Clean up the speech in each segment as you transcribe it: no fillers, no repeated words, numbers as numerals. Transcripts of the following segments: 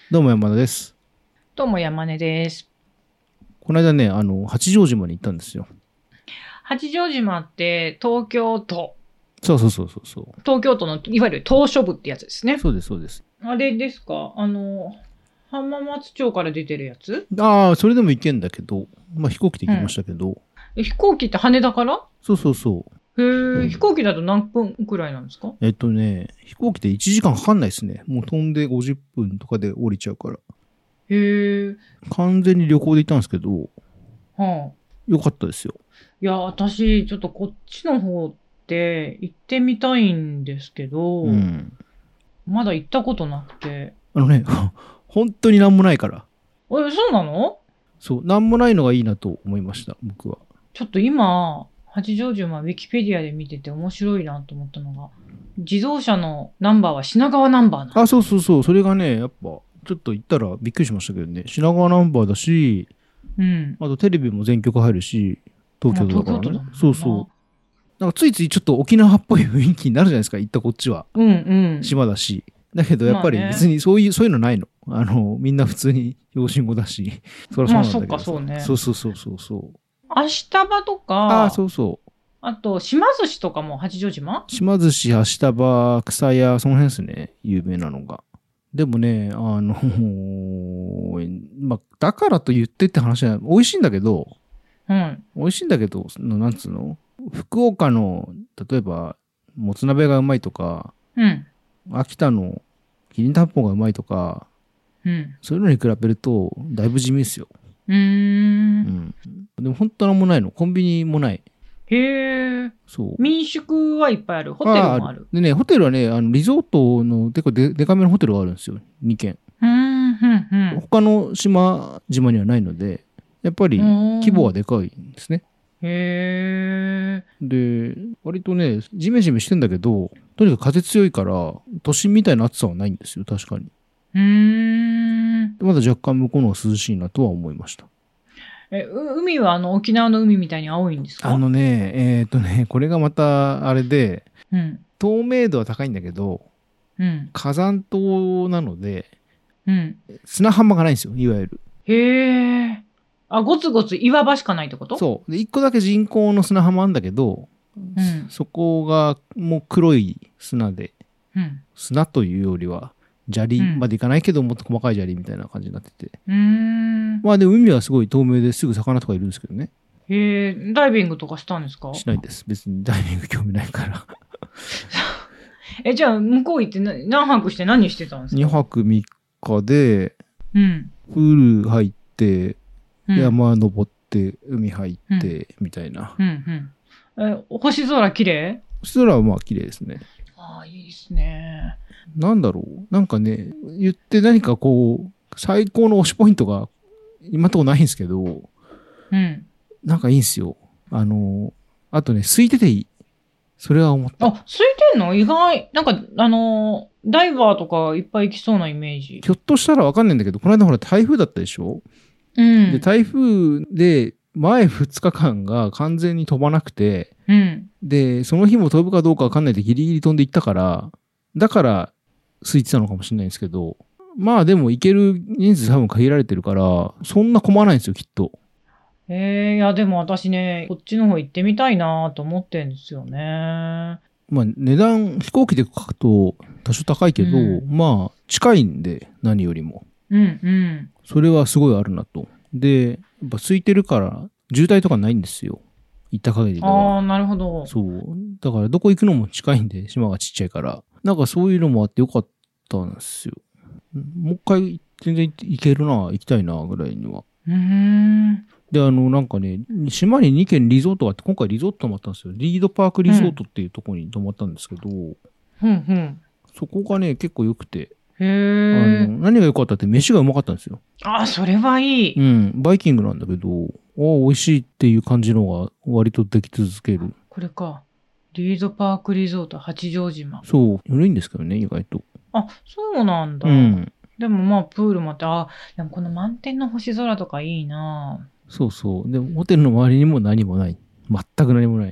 どうも山田です。 どうも山根です。 この間ね、八丈島に行ったんですよ。 八丈島ってそうそうそうそうそう。 東京都のいわゆる島嶼部ってやつですね。 そうです、そうです。 あれですか浜松町から出てるやつ？ ああ、それでも行けんだけど、まあ飛行機で行きまうん。 したけど、 飛行機って羽田から？ そうそうそう。 へえ、飛行機だと何分くらいなんですか？ 飛行機で1時間かかんないですね。もう飛んで50分とかで降りちゃうから。 へえ、 完全に旅行で行ったんですけど、 はあ。 よかったですよ。 いや、私、ちょっとこっちの方って行ってみたいんですけど、 うん。 まだ行ったことなくて。 あのね、本当になんもないから。 そうなの？ そう、なんもないのがいいなと思いました、僕は。 ちょっと今、八丈島ウィキペディアで見てて面白いなと思ったのが、自動車のナンバーは品川ナンバーなんあ、そうだ。 そうそう。それがね、やっぱ、ちょっと行ったらびっくりしましたけどね。品川ナンバーだし、 うん。 あとテレビも全局入るし、東まあ、 京都だからね。 東京都だもそうそう。 んな。 なんかついついちょっと沖縄っぽい雰囲気になるじゃないですか、行ったこっちは。 うんうん。 島だし。だけどやっぱり別まあね。 にそういうのないの。みんな普通に標準語だし。そりゃそうまあ、そっか、 なんだけどさ。 そうね。 そうそうそうそうそう。 足場とああ、そか、 うそう。 あと、島寿司とかも八丈島？ 島寿司、足場、草屋、その辺ですね。有名なのが。でもね、まあ、だからと言ってって話は、美味しいんだけど、 うん。 美味しいんだけど、なんつうの福岡の、例えば、もつ鍋がうまいとか、 うん。 秋田のキリンタンポンがうまいとか、 うん。 そういうのに比べると、だいぶ地味ですよ。 うーん。 うん。でも本当なんもないの。コンビニもない。 へえ。 そう。 民宿はいっぱいある。ホテルああ、ある。 もある。 でね、ホテルはね、リゾートの結構でかめのホテルがあるんですよ。2軒。 うーん、ふん、ふん。 他の々にはないので、やっぱうり規模ーん。 はでかいんですね。 へえ。 で、割とね、ジメジメしてんだけど、とにかく風強いから、都心みたいな暑さはないんですよ、確かに。 うーん。 まだ若干向こうの方が涼しいなとは思いました。 海は沖縄の海みたいに青いんですか？ これがまたあれで、 うん。 透明度は高いんだけど、 うん。 火山島なので、 うん。 砂浜がないんですよ、いわゆる。 へえ。あ、ゴツゴツ岩場しかないってこと？ そう。で、一個だけ人工の砂浜あんだけど、 うん。 そこがもう黒い砂で、 うん。 砂というよりは、砂利まうん。 でいかないけど、もっと細かい砂利みたいな感じになってて。 うーん。 まあでも海はすごい透明ですぐ魚とかいるんですけどね。 へえ、ダイビングとかしたんですか？ しないです。別にダイビング興味ないから。 じゃあ、向こう行って何泊して何してたんですか？ 2泊3日で、 うん。 プール入って、 うん。 山登って、海入っうん。 て、みたいな。 うん。うん。星空綺麗？ そしたらまあ綺麗ですね。 ああ、いいですね。 なんだろう。なんかね、言って何かこう、最高の推しポイントが今のところないんですけど、 うん。 なんかいいんすよ。あとね、空いてていい。それは思った。 あ、空いてんの？意外。なんか、ダイバーとかいっぱい行きそうなイメージ。 ひょっとしたらわかんないんだけど、この間ほら台風だったでしょ？で、 うん。 台風で前2日間が完全に飛ばなくて、 うん。 で、その日も飛ぶかどうかわかんないでギリギリ飛んでいったから、だから空いてたのかもしれないんですけど、まあでも行ける人数多分限られてるから、そんな困らないんですよ、きっと。 いや、でも私ね、こっちの方行ってみたいなと思ってんですよね。 まあ値段、飛行機で書くと多少高いけど、 うん。 まあ近いんで、何よりも。 うん、うん。 それはすごいあるなと。で、やっぱ空いてるから渋滞とかないんですよ。行った限りでは。 ああ、なるほど。 そう。だからどこ行くのも近いんで、島がちっちゃいから。なんかそういうのもあってよかったんですよ。もう一回全然行けるな、行きたいな、ぐらいには。 うーん。 で、なんかね、島に2軒リゾートがあって、今回リゾート泊まったんですよ。リードパークリゾーうん。 トっていうところに泊まったんですけど、 うん、うん。 そこがね、結構良くて、 へえ。 何が良かったって飯がうまかったんですよ。 あ、それはいい。 うん、バイキングなんだけど、美味しいっていう感じのが割とでき続ける。 これか。リードパークリゾート八丈島。 そう、古いんですけどね、意外と。 あ、そうなんだ。 うん。 でもまあ、プールもあって、でもこの満天の星空とかいいな。 そうそう。でも、ホテルの周りにも何もない。全く何もない。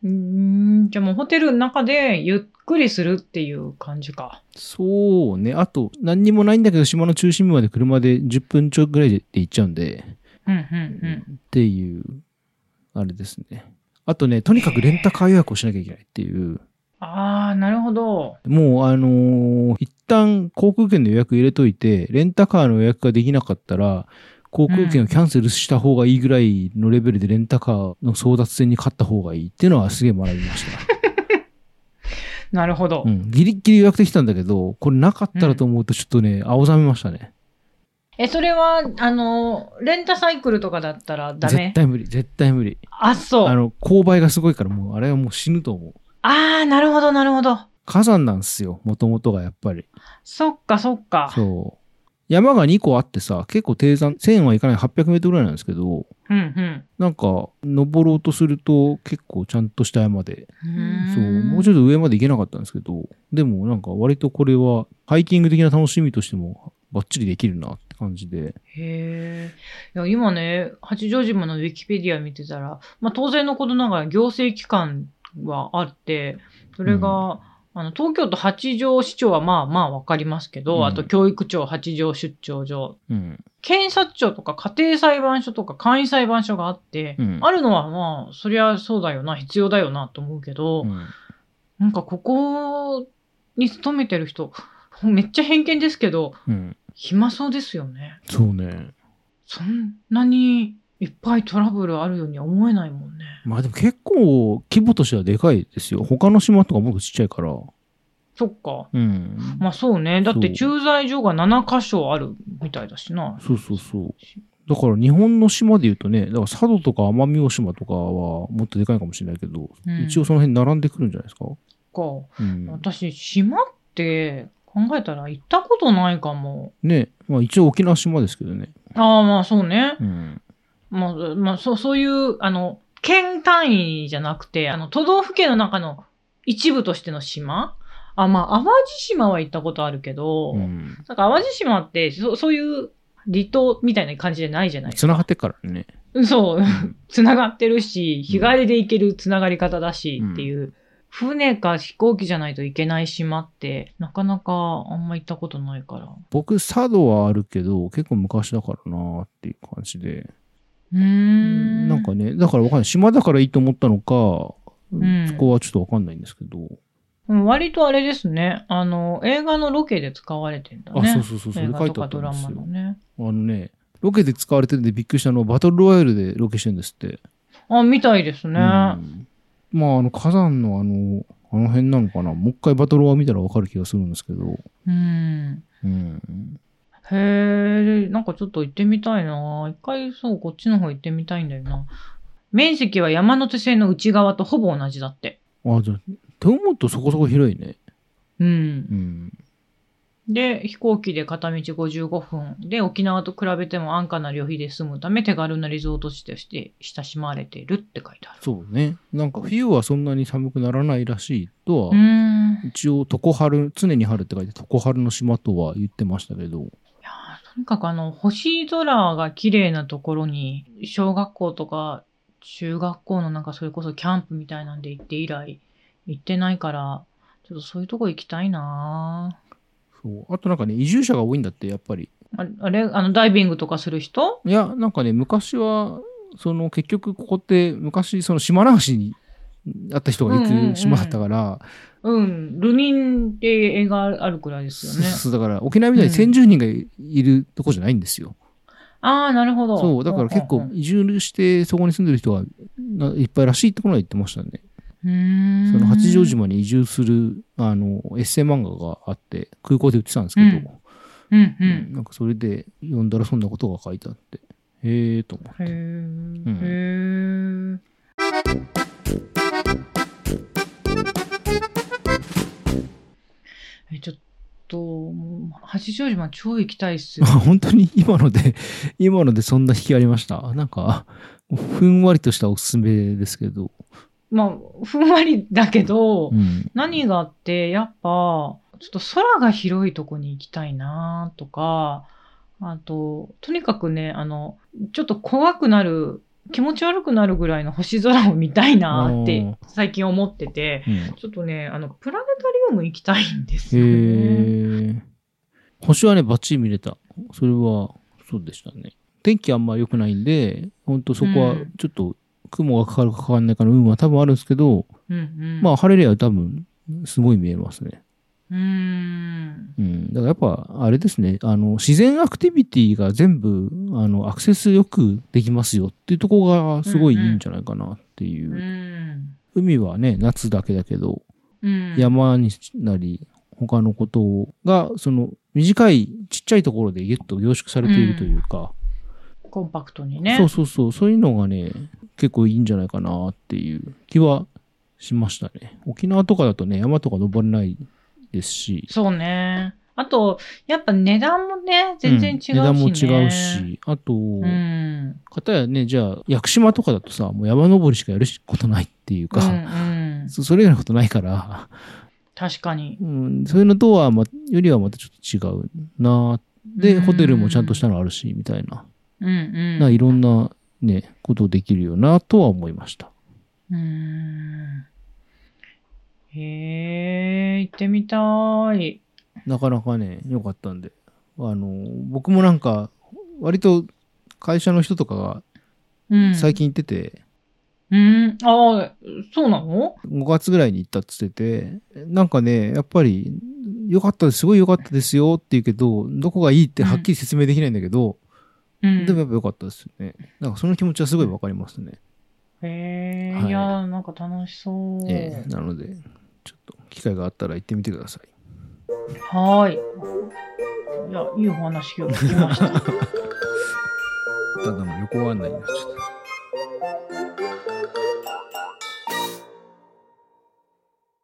じゃあもうホテルの中でゆっくりするっていう感じか。 そうね。あと、何にもないんだけど、島の中心部まで車で10分ちょいぐらいで行っちゃうんで、っていう、あれですね。あとね、とにかくレンタカー予約をしなきゃいけないっていう。 ああ、なるほど。 もう一旦航空券の予約入れといて、レンタカーの予約ができなかったら、航空券をキャンセルした方がいいぐらいのレベルでレンタカーの争奪戦に勝った方がいいっていうのはすげえ学びました。 なるほど。 ギリッギリ予約できたんだけど、これなかったらと思うとちょっとね、青ざめましたね。 それは、レンタサイクルとかだったらダメ？ 絶対無理、絶対無理。 あ、そう。 勾配がすごいからもう、あれはもう死ぬと思う。 ああ、なるほど、なるほど。 火山なんですよ、もともとがやっぱり。 そっか、そっか。 そう。山が2個あってさ、結構低山、1000はいかない800メートルぐらいなんですけど、なんか、登ろうとすると結構ちゃんとした山で、そう、もうちょっと上まで行けなかったんですけど、でもなんか割とこれはハイキング的な楽しみとしてもバッチリできるなって感じで。 へえ。いや、今ね、八丈島のウィキペディア見てたら、まあ当然のことながら行政機関はあって、それが、東京都八丈市長はまあまあわかりますけど、あと教育庁八丈出張所、検察庁とか家庭裁判所とか簡易裁判所があって、あるのはまあ、そりゃそうだよな、必要だよなと思うけど、なんかここに勤めてる人、めっちゃ偏見ですけど、暇そうですよね。 そうね。 そんなにいっぱいトラブルあるようには思えないもんね。 まあでも結構規模としてはでかいですよ。他の島とかもっとちっちゃいから。 そっか。まあそうね。だって駐在所が7カ所あるみたいだしな。 そうそうそう。だから日本の島で言うとね、だから佐渡とか奄美大島とかはもっとでかいかもしれないけど、一応その辺並んでくるんじゃないですか。 私、島って考えたら行ったことないかも。 ね。まあ一応沖縄島ですけどね。 ああ、まあそうね。まあそういう、県単位じゃなくて、都道府県の中の一部としての島？まあ、淡路島は行ったことあるけど、なんか淡路島ってそういう離島みたいな感じじゃないじゃないですか。 繋がってからね。 そう。繋がってるし、日帰りで行ける繋がり方だしっていう、船か飛行機じゃないといけない島って、なかなかあんま行ったことないから。 僕、佐渡はあるけど、結構昔だからなーっていう感じで。なんかね、だからわかんない。島だからいいと思ったのか、そこはちょっとわかんないんですけど。 割とあれですね。映画のロケで使われてんだね。 そう、それ書いてあったんですよ。 ドラマのね。 ロケで使われてるんでびっくりしたのは、バトルロワイヤルでロケしてるんですって。 みたいですね。 まあ、火山のあの辺なのかな。もう一回バトルロワ見たらわかる気がするんですけど。 へえ、なんかちょっと行ってみたいな。一回そう、こっちの方行ってみたいんだよな。面積は山手線の内側とほぼ同じだって。 じゃあ、って思うとそこそこ広いね。 で、飛行機で片道55分で、沖縄と比べても安価な旅費で済むため、手軽なリゾート地として親しまれているって書いてある。 そうね。なんか冬はそんなに寒くならないらしいとは、一応、常春、常に春って書いて、常春の島とは言ってましたけど。いやとにかく星空が綺麗なところに、小学校とか中学校のなんかそれこそキャンプみたいなんで行って以来、行ってないから、ちょっとそういうとこ行きたいな。 そう。あとなんかね、移住者が多いんだって、やっぱり。 あれダイビングとかする人？ いや、なんかね、昔は、結局ここって、昔、島流しにあった人が行く島だったから、 ルミンって映画あるくらいですよね。 そう、だから沖縄みたいに先住人がいるとこじゃないんですよ。 なるほど。 そう、だから結構移住してそこに住んでる人がいっぱいらしいってことは言ってましたね。その八丈島に移住する、エッセイ漫画があって、空港で売ってたんですけど、なんかそれで読んだらそんなことが書いてあって、へーと思って。 ちょっと、八丈島超行きたいっすよ。 本当に今のでそんな引きありました。なんか、ふんわりとしたおすすめですけど。 まあ、ふんわりだけど、何があって、やっぱ、ちょっと空が広いとこに行きたいなとか、あと、とにかくね、ちょっと怖くなる気持ち悪くなるぐらいの星空を見たいなって最近思ってて、ちょっとね、プラネタリウム行きたいんですよね。 星はね、バッチリ見れた。それは、そうでしたね。天気あんま良くないんで、ほんとそこはちょっと雲がかかるかかかんないかの運は多分あるんですけど、まあ晴れりゃ多分すごい見えますね。だからやっぱあれですね、自然アクティビティが全部アクセスよくできますよっていうところがすごいいいんじゃないかなっていう。海はね、夏だけだけど、山になり他のことがその短いちっちゃいところでギュッと凝縮されているというか、 コンパクトにね。 そういうのがね、結構いいんじゃないかなっていう気はしましたね。沖縄とかだとね、山とか登れないですし。 そうね。あと、やっぱ値段もね、全然違うしね。 値段も違うし、あと、かたやね、じゃあ、屋久島とかだとさ、もう山登りしかやることないっていうか、それ以外のことないから、 確かに。 そういうのとは、よりはまたちょっと違うな。で、ホテルもちゃんとしたのあるし、みたいな。いろんなね、ことできるよな、とは思いました。 行ってみたい。 なかなかね、良かったんで。僕もなんか、割と会社の人とかが最近行ってて、 そうなの ?5 月ぐらいに行ったって言ってて、なんかね、やっぱり、良かったです、すごい良かったですよって言うけど、どこがいいってはっきり説明できないんだけど、でもやっぱ良かったですよね。なんかその気持ちはすごいわかりますね。 いや、なんか楽しそう。 なので、ちょっと機会があったら行ってみてください。 いや、いいお話を聞きました。 ただの旅行案内になっちゃった。